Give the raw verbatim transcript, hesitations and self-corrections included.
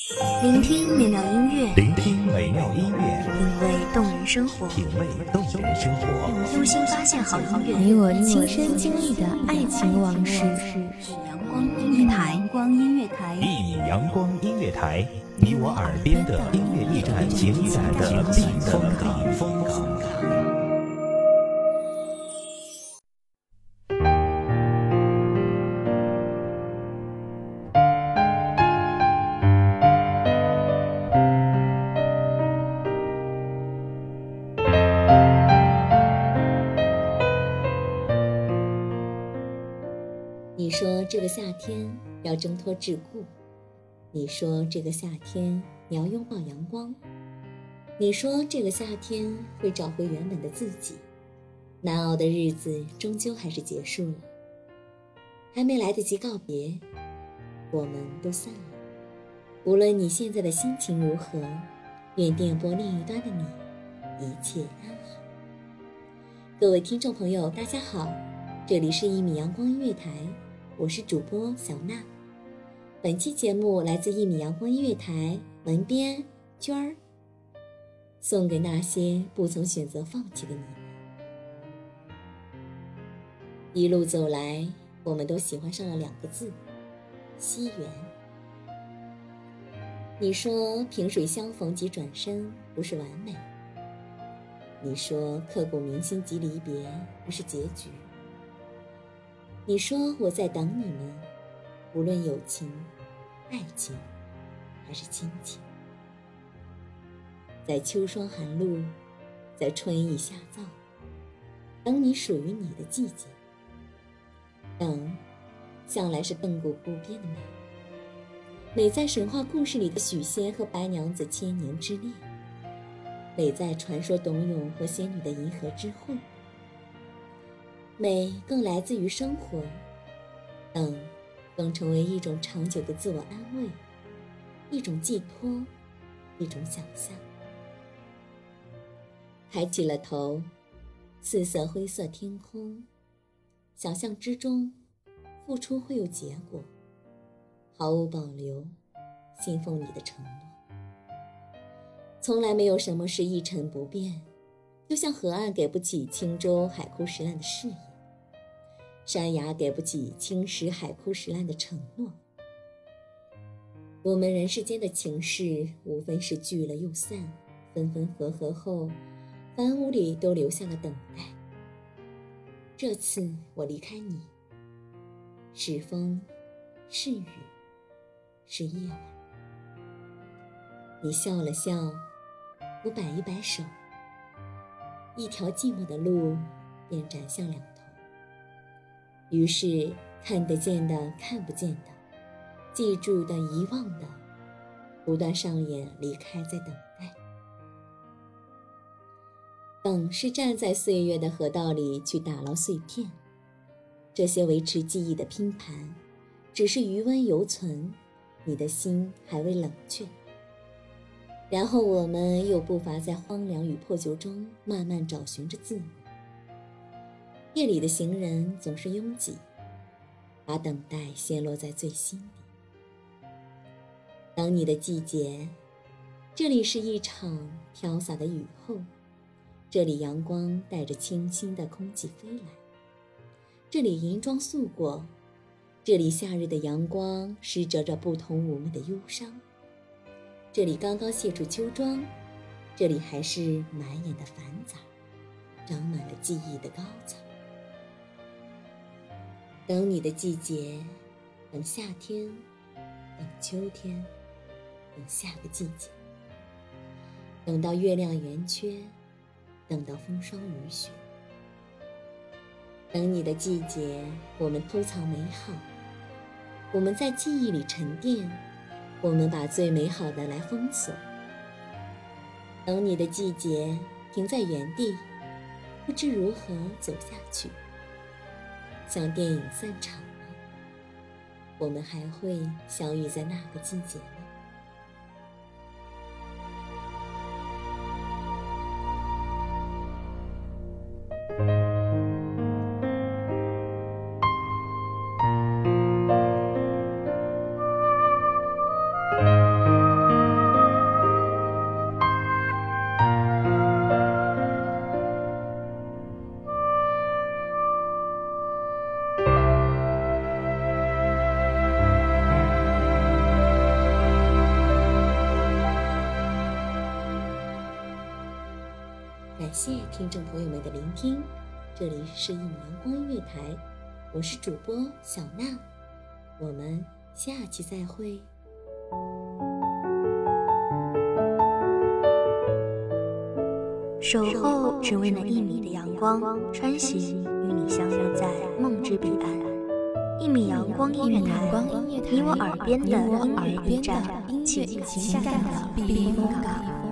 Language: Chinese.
聆听美妙音乐， 聆听美妙音乐， 品味动人生活， 品味动人生活， 用心发现好音乐， 你我亲身经历的爱情往事。 阳光音乐台，阳光音乐台， 一米阳光音乐台，你我耳边的音乐驿站，情感的避风港，避风港。 你说这个夏天要挣脱桎梏，你说这个夏天你要拥抱阳光，你说这个夏天会找回原本的自己，难熬的日子终究还是结束了，还没来得及告别，我们都散了。无论你现在的心情如何，愿电波另一端的你一切安好。各位听众朋友大家好，这里是一米阳光音乐台，我是主播小娜。本期节目来自一米阳光音乐台，文编娟儿，送给那些不曾选择放弃的你们。一路走来，我们都喜欢上了两个字，惜缘。你说萍水相逢即转身不是完美，你说刻骨铭心即离别不是结局，你说我在等你们，无论友情、爱情还是亲情。在秋霜寒露，在春意夏燥，等你属于你的季节。等，向来是亘古不变的美，美在神话故事里的许仙和白娘子千年之恋，美在传说董永和仙女的银河之会。美更来自于生活，等更成为一种长久的自我安慰，一种寄托，一种想象。抬起了头，四色灰色天空，想象之中付出会有结果，毫无保留，信奉你的承诺。从来没有什么是一成不变，就像河岸给不起轻舟海枯石烂的誓言，山崖给不起青石海枯石烂的承诺。我们人世间的情事无非是聚了又散，分分合合后，凡屋里都留下了等待。这次我离开你，是风，是雨，是夜晚。你笑了笑，我摆一摆手，一条寂寞的路便展向两头。于是看得见的看不见的，记住的遗忘的，不断上演离开在等待。等是站在岁月的河道里去打捞碎片，这些维持记忆的拼盘，只是余温犹存，你的心还未冷却。然后我们又步伐在荒凉与破旧中慢慢找寻着自我。夜里的行人总是拥挤，把等待陷落在最心底。等你的季节，这里是一场飘洒的雨后，这里阳光带着清新的空气飞来，这里银装素裹，这里夏日的阳光施折着不同妩媚的忧伤，这里刚刚卸除秋装，这里还是满眼的繁杂，长满了记忆的高草。等你的季节，等夏天，等秋天，等下个季节，等到月亮圆缺，等到风霜雨雪。等你的季节，我们偷藏美好，我们在记忆里沉淀，我们把最美好的来封锁。等你的季节，停在原地，不知如何走下去。像电影散场了，我们还会相遇在那个季节吗？ 感谢听众朋友们的聆听，这里是一米阳光音乐台，我是主播小娜，我们下期再会。 守候只为那一米的阳光，穿行与你相约在梦之彼岸。一米阳光音乐台，你我耳边的音乐驿站，情感的避风港。